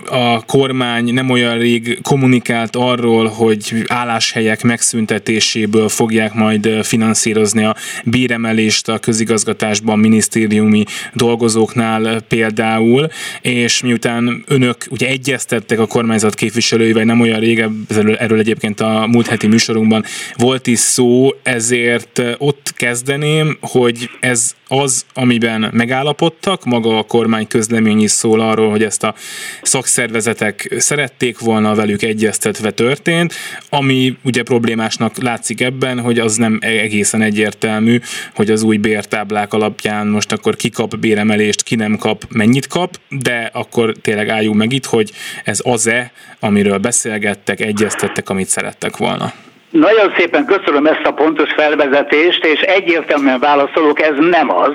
A kormány nem olyan rég kommunikált arról, hogy álláshelyek megszüntetéséből fogják majd finanszírozni a béremelést a közigazgatásban, minisztériumi dolgozóknál például, és miután önök ugye egyeztettek a kormányzat képviselőivel nem olyan régen, erről egyébként a múlt heti műsorunkban volt is szó, ezért ott kezdeném, hogy ez az, amiben megállapodtak, maga a kormány közlemény is szól arról, hogy ezt a szakszervezetek szerették volna, velük egyeztetve történt, ami ugye problémásnak látszik ebben, hogy az nem egészen egyértelmű, hogy az új bértáblák alapján most akkor ki kap béremelést, ki nem kap, mennyit kap, de akkor tényleg álljunk meg itt, hogy ez az-e, amiről beszélgettek, egyeztettek, amit szerettek volna. Nagyon szépen köszönöm ezt a pontos felvezetést, és egyértelműen válaszolok, ez nem az.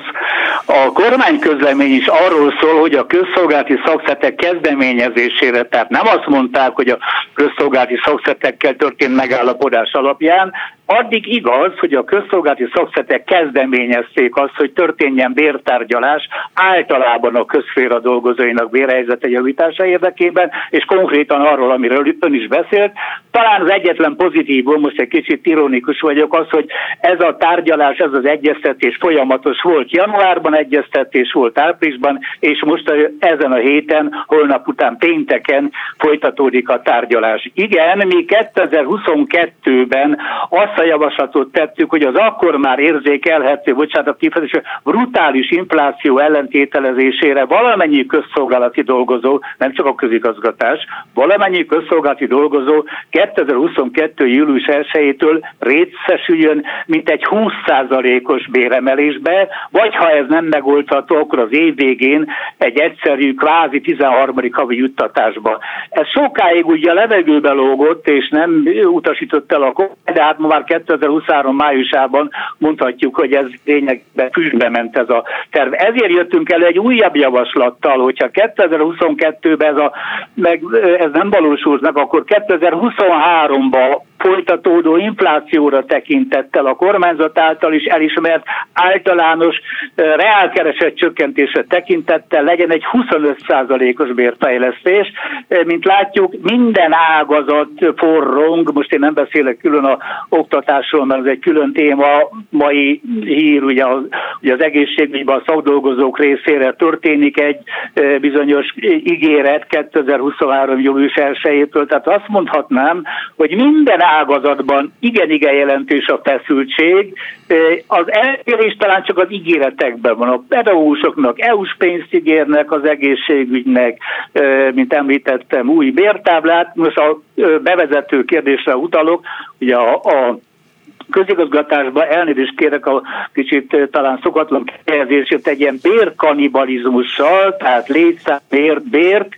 A kormányközlemény is arról szól, hogy a közszolgálati szakszervezetek kezdeményezésére, tehát nem azt mondták, hogy a közszolgálati szakszervezetekkel történt megállapodás alapján, addig igaz, hogy a közszolgálati szakszervezetek kezdeményezték azt, hogy történjen bértárgyalás általában a közszféra dolgozóinak bérhelyzete javítása érdekében, és konkrétan arról, amiről ön is beszélt. Talán az egyetlen pozitívum, most egy kicsit ironikus vagyok, az, hogy ez a tárgyalás, ez az egyeztetés folyamatos volt. Januárban egyeztetés volt áprilisban, és most ezen a héten, holnap után pénteken folytatódik a tárgyalás. Igen, mi kétezer-huszonkettőben azt a javaslatot tettük, hogy az akkor már érzékelhető, bocsánat, kifejezésre, brutális infláció ellentételezésére valamennyi közszolgálati dolgozó, nem csak a közigazgatás, valamennyi közszolgálati dolgozó kétezer-huszonkettő július elsejétől részesüljön mintegy húsz százalékos béremelésbe, vagy ha ez nem megoldható, akkor az év végén egy egyszerű, kvázi tizenharmadik havi juttatásba. Ez sokáig ugye a levegőbe lógott, és nem utasított el a kormány, de hát ma már kétezer-huszonhárom májusában mondhatjuk, hogy ez lényegben füstbe ment ez a terv. Ezért jöttünk elő egy újabb javaslattal, hogyha kétezer-huszonkettőben ez, a, meg, ez nem valósult meg, akkor kétezer-huszonháromban folytatódó inflációra tekintettel a kormányzat által is elismert általános reálkereset csökkentésre tekintettel legyen egy huszonöt százalékos bérfejlesztés. Mint látjuk, minden ágazat forrong, most én nem beszélek külön a oktatásról, mert ez egy külön téma, mai hír, ugye az, ugye az egészségügyben a szakdolgozók részére történik egy bizonyos ígéret kétezer-huszonhárom július elsejétől, tehát azt mondhatnám, hogy minden ágazatban igen-igen jelentős a feszültség. Az elérés talán csak az ígéretekben van. A pedagógusoknak é u-s pénzt ígérnek, az egészségügynek, mint említettem, új bértáblát. Most a bevezető kérdésre utalok, ugye a, a közigazgatásban, elnézést kérek a kicsit talán szokatlan kifejezését, egy ilyen bérkanibalizmussal, tehát létszám, bért, bért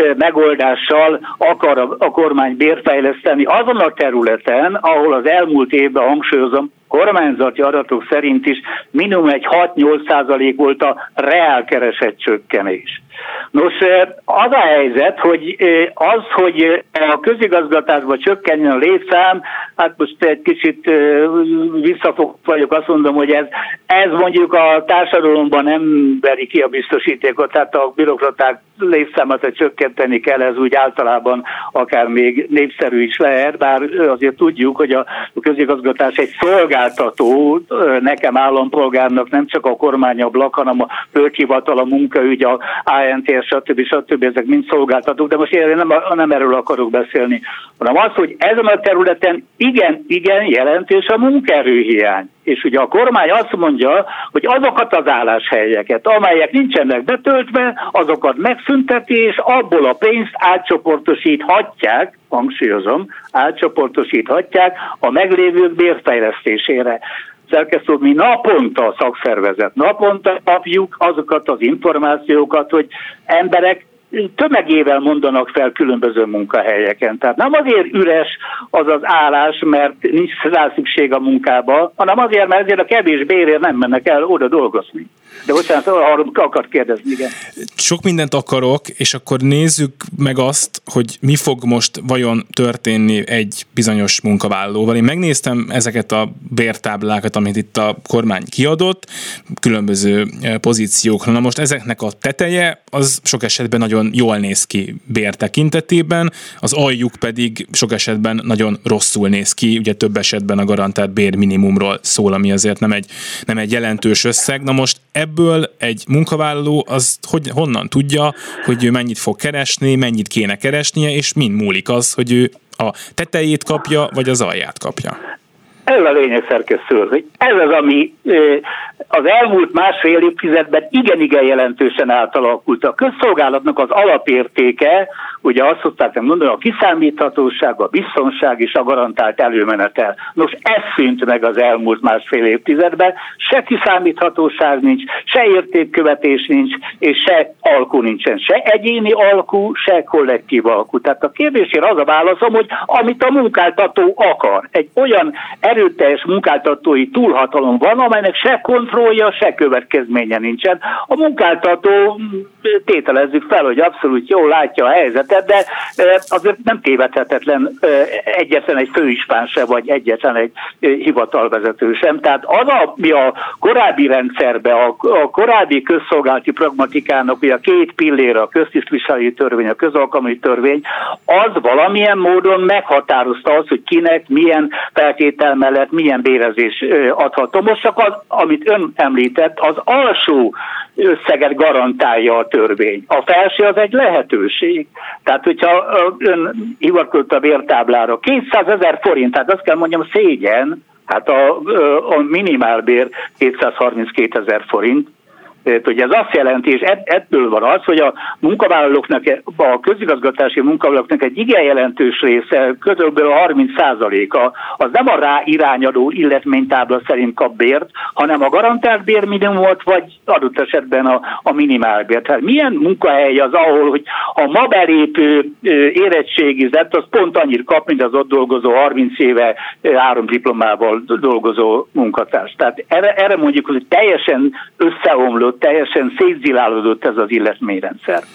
megoldással akar a, a kormány bérfejleszteni azon a területen, ahol az elmúlt évben, hangsúlyozom, kormányzati adatok szerint is minimum egy hat-nyolc százalék volt a reálkeresett csökkenés. Nos, az a helyzet, hogy az, hogy a közigazgatásban csökkenjen a létszám, hát most egy kicsit visszafogott vagyok, azt mondom, hogy ez, ez mondjuk a társadalomban nem veri ki a biztosítékot, tehát a bürokraták létszámát csökkenteni kell, ez úgy általában akár még népszerű is lehet, bár azért tudjuk, hogy a közigazgatás egy szolgáltató, nekem állampolgárnak nem csak a kormányablak, hanem a földhivatal, a munkaügy, a á en té es, stb. stb. Ezek mind szolgáltatók, de most én nem, nem erről akarok beszélni, hanem az, hogy ezen a területen igen, igen jelentős a munkaerőhiány. És ugye a kormány azt mondja, hogy azokat az álláshelyeket, amelyek nincsenek betöltve, azokat megszünteti, és abból a pénzt átcsoportosíthatják, hangsúlyozom, átcsoportosíthatják a meglévők bérfejlesztésére. Szerkesztő, mi naponta szakszervezet, naponta kapjuk azokat az információkat, hogy emberek tömegével mondanak fel különböző munkahelyeken. Tehát nem azért üres az az állás, mert nincs rá szükség a munkába, hanem azért, mert ezért a kevés bérért nem mennek el oda dolgozni. De bocsánat, arra akart kérdezni, igen. Sok mindent akarok, és akkor nézzük meg azt, hogy mi fog most vajon történni egy bizonyos munkavállalóval. Én megnéztem ezeket a bértáblákat, amit itt a kormány kiadott, különböző pozíciókra. Na most ezeknek a teteje, az sok esetben nagyon jól néz ki bér tekintetében, az aljuk pedig sok esetben nagyon rosszul néz ki, ugye több esetben a garantált bérminimumról szól, ami azért nem egy, nem egy jelentős összeg. Na most ebből egy munkavállaló az hogy, honnan tudja, hogy ő mennyit fog keresni, mennyit kéne keresnie, és mind múlik az, hogy ő a tetejét kapja, vagy az alját kapja. Ez a lényeg, szerkesztő, hogy ez az, ami az elmúlt másfél évtizedben igen-igen jelentősen átalakult. A közszolgálatnak az alapértéke, ugye azt szokták mondani, a kiszámíthatóság, a biztonság és a garantált előmenetel. Nos, ez szűnt meg az elmúlt másfél évtizedben, se kiszámíthatóság nincs, se értékkövetés nincs, és se alkú nincsen. Se egyéni alkú, se kollektív alkú. Tehát a kérdésére az a válaszom, hogy amit a munkáltató akar, egy olyan erőteljes munkáltatói túlhatalom van, amelynek se kontrollja, se következménye nincsen. A munkáltató, tételezzük fel, hogy abszolút jól látja a helyzetet, de azért nem tévedhetetlen egyetlen egy főispán se, vagy egyetlen egy hivatalvezető sem. Tehát az, ami a korábbi rendszerben, a, a korábbi közszolgálati pragmatikának, ugye a két pillére, a köztisztviselői törvény, a közalkalmazási törvény, az valamilyen módon meghatározta azt, hogy kinek milyen feltétel mellett milyen bérezés adható. Most csak az, amit ön említett, az alsó összeget garantálja a törvény. A felső az egy lehetőség. Tehát, hogyha ön hivatkozott a bértáblára, kétszázezer forint, tehát azt kell mondjam, szégyen, hát a, a minimálbér kétszázharminckétezer forint. Ugye ez azt jelenti, és ebből van az, hogy a munkavállalóknak, a közigazgatási munkavállalóknak egy igen jelentős része, körülbelül harminc százaléka, az nem a rá irányadó illetménytábla szerint kap bért, hanem a garantált bérminimumot, vagy adott esetben a, a minimálbért. Tehát milyen munkahely az, ahol, hogy a ma belépő érettségizett, az pont annyit kap, mint az ott dolgozó harminc éve három diplomával dolgozó munkatárs. Tehát erre, erre mondjuk, hogy teljesen összeomlott, teljesen szétzilálódott ez az illetményrendszer.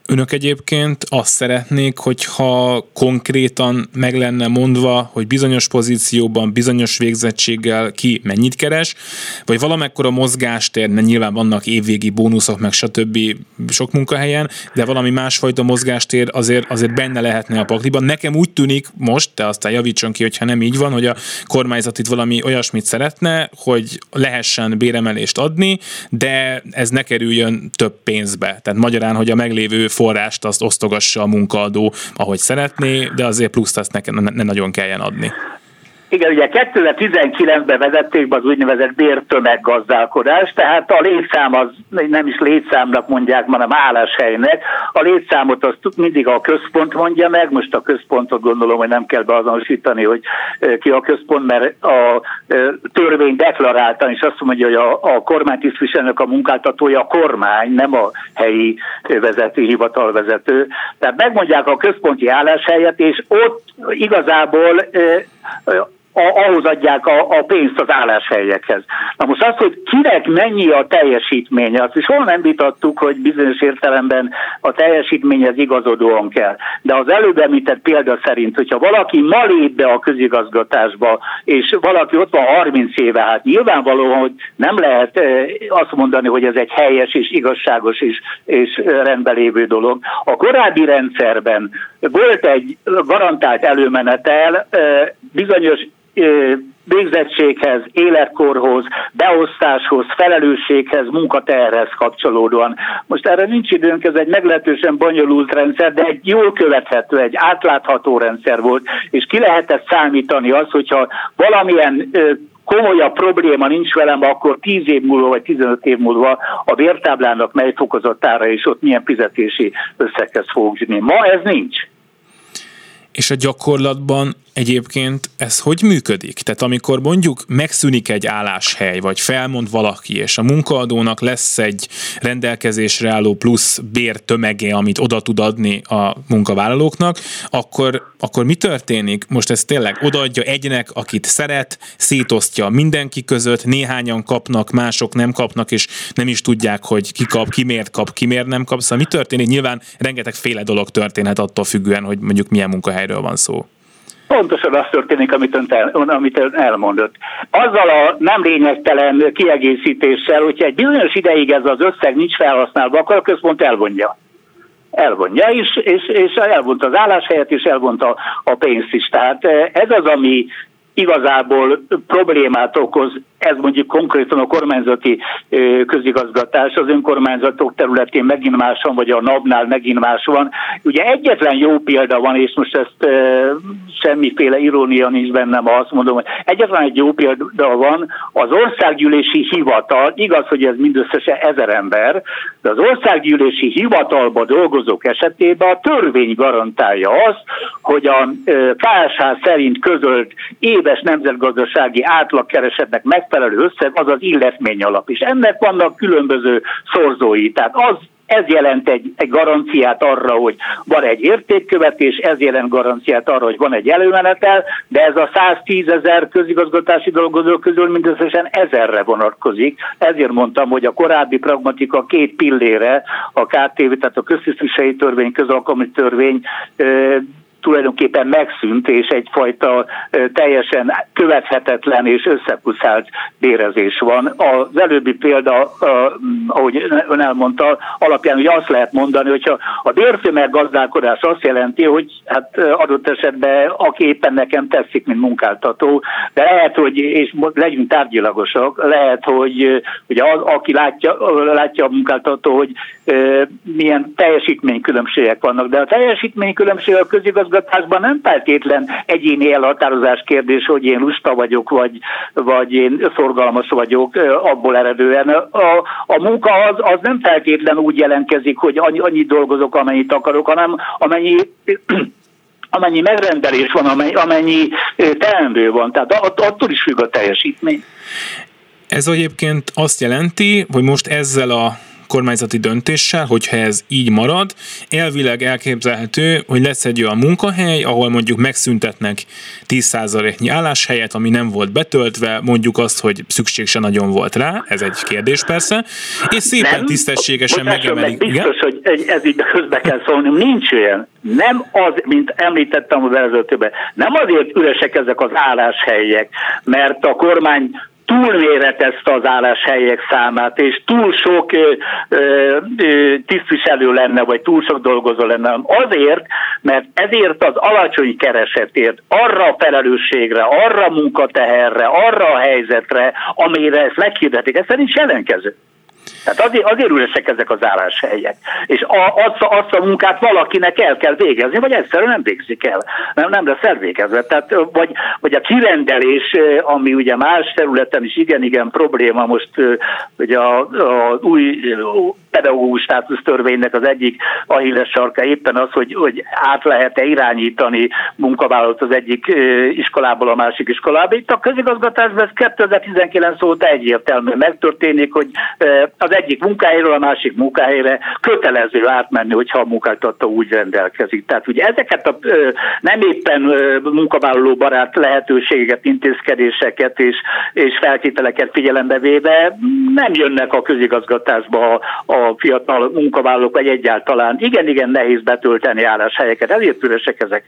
Önök egyébként azt szeretnék, hogyha konkrétan meg lenne mondva, hogy bizonyos pozícióban, bizonyos végzettséggel ki mennyit keres, vagy valamekkora mozgástér, mert nyilván vannak évvégi bónuszok, meg stb. Sok munkahelyen, de valami másfajta mozgástér azért, azért benne lehetne a pakliban. Nekem úgy tűnik most, te aztán javítson ki, hogyha nem így van, hogy a kormányzat itt valami olyasmit szeretne, hogy lehessen béremelést adni, de ez ne kerüljön több pénzbe. Tehát magyarán, hogy a meglévő forrást azt osztogassa a munkaadó, ahogy szeretné, de azért pluszt azt ne, ne, ne nagyon kelljen adni. Igen, ugye kétezer-tizenkilencben vezették be az úgynevezett bértömeggazdálkodást, tehát a létszám az nem is létszámnak mondják, hanem álláshelynek. A létszámot azt mindig a központ mondja meg, most a központot gondolom, hogy nem kell beazonosítani, hogy ki a központ, mert a törvény deklaráltan is azt mondja, hogy a, a kormánytisztviselőnek a munkáltatója a kormány, nem a helyi vezető, hivatalvezető. Tehát megmondják a központi álláshelyet, és ott igazából ahhoz adják a, a pénzt az álláshelyekhez. Na most az, hogy kinek mennyi a teljesítménye, azt is hol nem vitattuk, hogy bizonyos értelemben a teljesítményhez igazodóan kell. De az előbb említett példa szerint, hogyha valaki ma lép be a közigazgatásba, és valaki ott van harminc éve, hát nyilvánvalóan, hogy nem lehet azt mondani, hogy ez egy helyes és igazságos és, és rendben lévő dolog. A korábbi rendszerben volt egy garantált előmenetel bizonyos végzettséghez, életkorhoz, beosztáshoz, felelősséghez, munkaterhez kapcsolódóan. Most erre nincs időnk, ez egy meglehetősen bonyolult rendszer, de egy jól követhető, egy átlátható rendszer volt, és ki lehetett számítani az, hogyha valamilyen komolyabb probléma nincs velem, akkor tíz év múlva vagy tizenöt év múlva a bértáblának mely fokozatára és ott milyen fizetési összeghez fogok jutni. Ma ez nincs. És a gyakorlatban egyébként ez hogy működik? Tehát amikor mondjuk megszűnik egy álláshely, vagy felmond valaki, és a munkaadónak lesz egy rendelkezésre álló plusz bértömege, amit oda tud adni a munkavállalóknak, akkor, akkor mi történik? Most ez tényleg odaadja egynek, akit szeret, szétosztja mindenki között, néhányan kapnak, mások nem kapnak, és nem is tudják, hogy ki kap, ki miért kap, ki miért nem kap. Szóval mi történik? Nyilván rengetegféle dolog történhet attól függően, hogy mondjuk milyen munkahelyről van szó. Pontosan az történik, amit ön, el, amit ön elmondott. Azzal a nem lényegtelen kiegészítéssel, hogyha egy bizonyos ideig ez az összeg nincs felhasználva, akkor a központ elvonja. Elvonja, és, és, és elvonta az álláshelyet, és elvonta a pénzt is. Tehát ez az, ami igazából problémát okoz, ez mondjuk konkrétan a kormányzati közigazgatás, az önkormányzatok területén megint más van, vagy a NAV-nál megint más van. Ugye egyetlen jó példa van, és most ezt e, semmiféle irónia nincs bennem, ha azt mondom, hogy egyetlen egy jó példa van, az országgyűlési hivatal, igaz, hogy ez mindösszesen ezer ember, de az országgyűlési hivatalban dolgozók esetében a törvény garantálja azt, hogy a ká es há szerint közölt éves nemzetgazdasági átlagkeresetnek megfelelő összeg az az illetmény alap is. Ennek vannak különböző szorzói, tehát az ez jelent egy, egy garanciát arra, hogy van egy értékkövetés, ez jelent garanciát arra, hogy van egy előmenetel, de ez a száztízezer közigazgatási dolgozó közül mindösszesen ezerre vonatkozik. Ezért mondtam, hogy a korábbi pragmatika két pillére, a ká té vé, tehát a köztisztviselői törvény, közalkalmi törvény tulajdonképpen megszűnt, és egyfajta teljesen követhetetlen és összepuszált bérezés van. Az előbbi példa, ahogy ön elmondta, alapján ugye azt lehet mondani, hogyha a bértömeggazdálkodás azt jelenti, hogy hát adott esetben aki éppen nekem tetszik, mint munkáltató, de lehet, hogy, és legyünk tárgyilagosak, lehet, hogy ugye az, aki látja, látja a munkáltató, hogy milyen teljesítménykülönbségek vannak, de a teljesítménykülönbség a közigazgatásban nem feltétlen egyéni elhatározás kérdés, hogy én lusta vagyok, vagy, vagy én szorgalmas vagyok abból eredően. A, a munka az, az nem feltétlen úgy jelentkezik, hogy annyi, annyit dolgozok, amennyit akarok, hanem amennyi amennyi megrendelés van, amennyi, amennyi teendő van. Tehát attól is függ a teljesítmény. Ez egyébként azt jelenti, hogy most ezzel a kormányzati döntéssel, hogyha ez így marad, elvileg elképzelhető, hogy lesz egy olyan munkahely, ahol mondjuk megszüntetnek tíz százaléknyi álláshelyet, ami nem volt betöltve, mondjuk azt, hogy szükség se nagyon volt rá, ez egy kérdés persze, és szépen nem, tisztességesen megemelik. Biztos, igen? Hogy ez így közbe kell szólni, nincs olyan. Nem az, mint említettem az előzőben, nem azért üresek ezek az álláshelyek, mert a kormány túlméretezte az álláshelyek számát, és túl sok ö, ö, tisztviselő lenne, vagy túl sok dolgozó lenne. Azért, mert ezért az alacsony keresetért, arra a felelősségre, arra a munkateherre, arra a helyzetre, amire ezt meghirdetik, ez szerint jelentkező. Tehát azért, azért üresek ezek az álláshelyek. És a, azt, a, azt a munkát valakinek el kell végezni, vagy egyszerűen nem végzik el. Nem, nem lesz elvégezve. Tehát, vagy, vagy a kirendelés, ami ugye más területen is igen-igen probléma, most ugye az új pedagógus státusztörvénynek az egyik ahilles sarka éppen az, hogy, hogy át lehet-e irányítani munkavállalót az egyik iskolából a másik iskolába. Itt a közigazgatásban ez kétezer-tizenkilenc óta egyértelműen megtörténik, hogy az egyik munkahelyről a másik munkahelyre kötelező átmenni, hogyha a munkáltató úgy rendelkezik. Tehát ugye ezeket a nem éppen munkavállaló barát lehetőségeket, intézkedéseket és, és feltételeket figyelembe véve nem jönnek a közigazgatásba a, a fiatal munkavállalók, vagy egyáltalán igen-igen nehéz betölteni álláshelyeket. Ezért üresek ezek.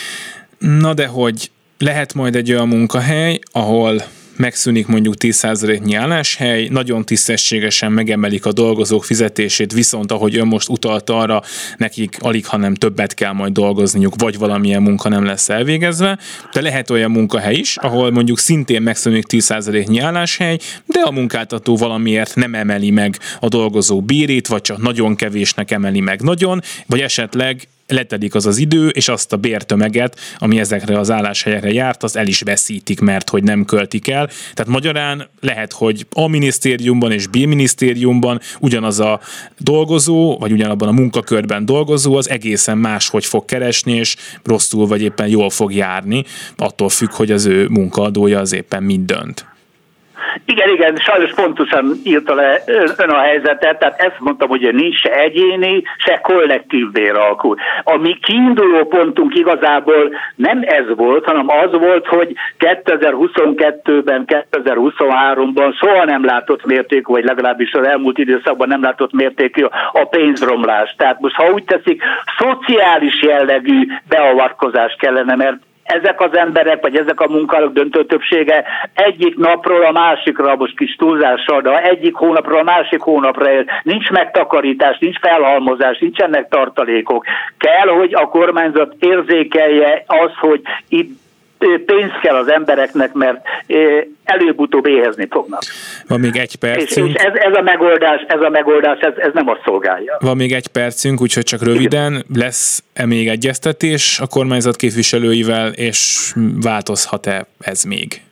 Na de hogy lehet majd egy olyan munkahely, ahol megszűnik mondjuk tíz százaléknyi álláshely, nagyon tisztességesen megemelik a dolgozók fizetését, viszont ahogy ön most utalt arra, nekik alig, hanem többet kell majd dolgozniuk, vagy valamilyen munka nem lesz elvégezve, de lehet olyan munkahely is, ahol mondjuk szintén megszűnik tíz százaléknyi álláshely, de a munkáltató valamiért nem emeli meg a dolgozó bérét, vagy csak nagyon kevésnek emeli meg nagyon, vagy esetleg letelik az az idő, és azt a bértömeget, ami ezekre az álláshelyekre járt, az el is veszítik, mert hogy nem költik el. Tehát magyarán lehet, hogy A minisztériumban és B minisztériumban ugyanaz a dolgozó, vagy ugyanabban a munkakörben dolgozó, az egészen máshogy fog keresni, és rosszul vagy éppen jól fog járni, attól függ, hogy az ő munkaadója az éppen mit dönt. Igen, igen, sajnos pontosan írta le ön a helyzetet, tehát ezt mondtam, hogy nincs se egyéni, se kollektív béralkú. A mi kiinduló pontunk igazából nem ez volt, hanem az volt, hogy kétezer-huszonkettőben, kétezer-huszonháromban soha nem látott mértékű, vagy legalábbis az elmúlt időszakban nem látott mértékű a pénzromlás. Tehát most, ha úgy teszik, szociális jellegű beavatkozás kellene, mert ezek az emberek, vagy ezek a munkálók döntő többsége egyik napról a másikra, most kis túlzással, de egyik hónapról a másik hónapra él. Nincs megtakarítás, nincs felhalmozás, nincsenek tartalékok. Kell, hogy a kormányzat érzékelje azt, hogy itt pénz kell az embereknek, mert előbb-utóbb éhezni fognak. Van még egy percünk. És, és ez, ez a megoldás, ez a megoldás, ez, ez nem azt szolgálja. Van még egy percünk, úgyhogy csak röviden, lesz-e még egyeztetés a kormányzat képviselőivel, és változhat-e ez még?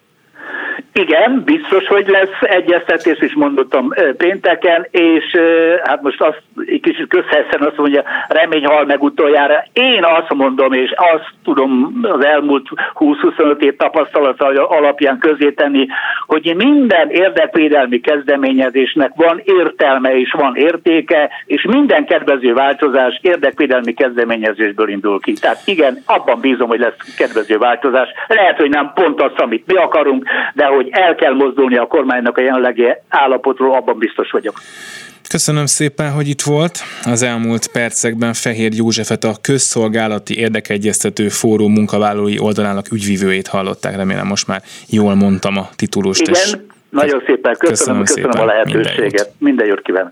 Igen, biztos, hogy lesz egyeztetés, is mondottam pénteken, és hát most azt egy kicsit közhelyesen azt mondja, remény hal meg utoljára. Én azt mondom, és azt tudom az elmúlt húsz-huszonöt év tapasztalat alapján közé tenni, hogy minden érdekvédelmi kezdeményezésnek van értelme és van értéke, és minden kedvező változás érdekvédelmi kezdeményezésből indul ki. Tehát igen, abban bízom, hogy lesz kedvező változás. Lehet, hogy nem pont az, amit mi akarunk, de hogy el kell mozdulni a kormánynak a jelenlegi állapotról, abban biztos vagyok. Köszönöm szépen, hogy itt volt. Az elmúlt percekben Fehér Józsefet, a Közszolgálati Érdekegyeztető Fórum munkavállalói oldalának ügyvivőjét hallották. Remélem most már jól mondtam a titulust. Igen, és nagyon szépen köszönöm, köszönöm, köszönöm szépen a lehetőséget. Minden jót, Minden jót kívánok.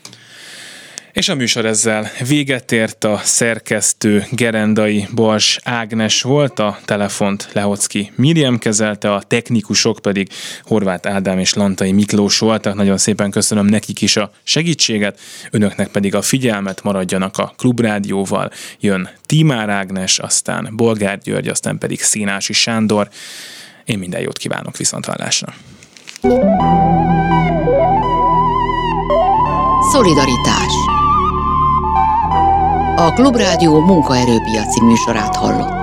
És a műsor ezzel véget ért, a szerkesztő Gerendai Bals Ágnes volt, a telefont Lehocki Miriam kezelte, a technikusok pedig Horváth Ádám és Lantai Miklós voltak. Nagyon szépen köszönöm nekik is a segítséget, önöknek pedig a figyelmet, maradjanak a Klubrádióval. Jön Tímár Ágnes, aztán Bolgár György, aztán pedig Színási Sándor. Én minden jót kívánok, viszonthallásra. Szolidaritás. A Klubrádió munkaerőpiaci műsorát hallott.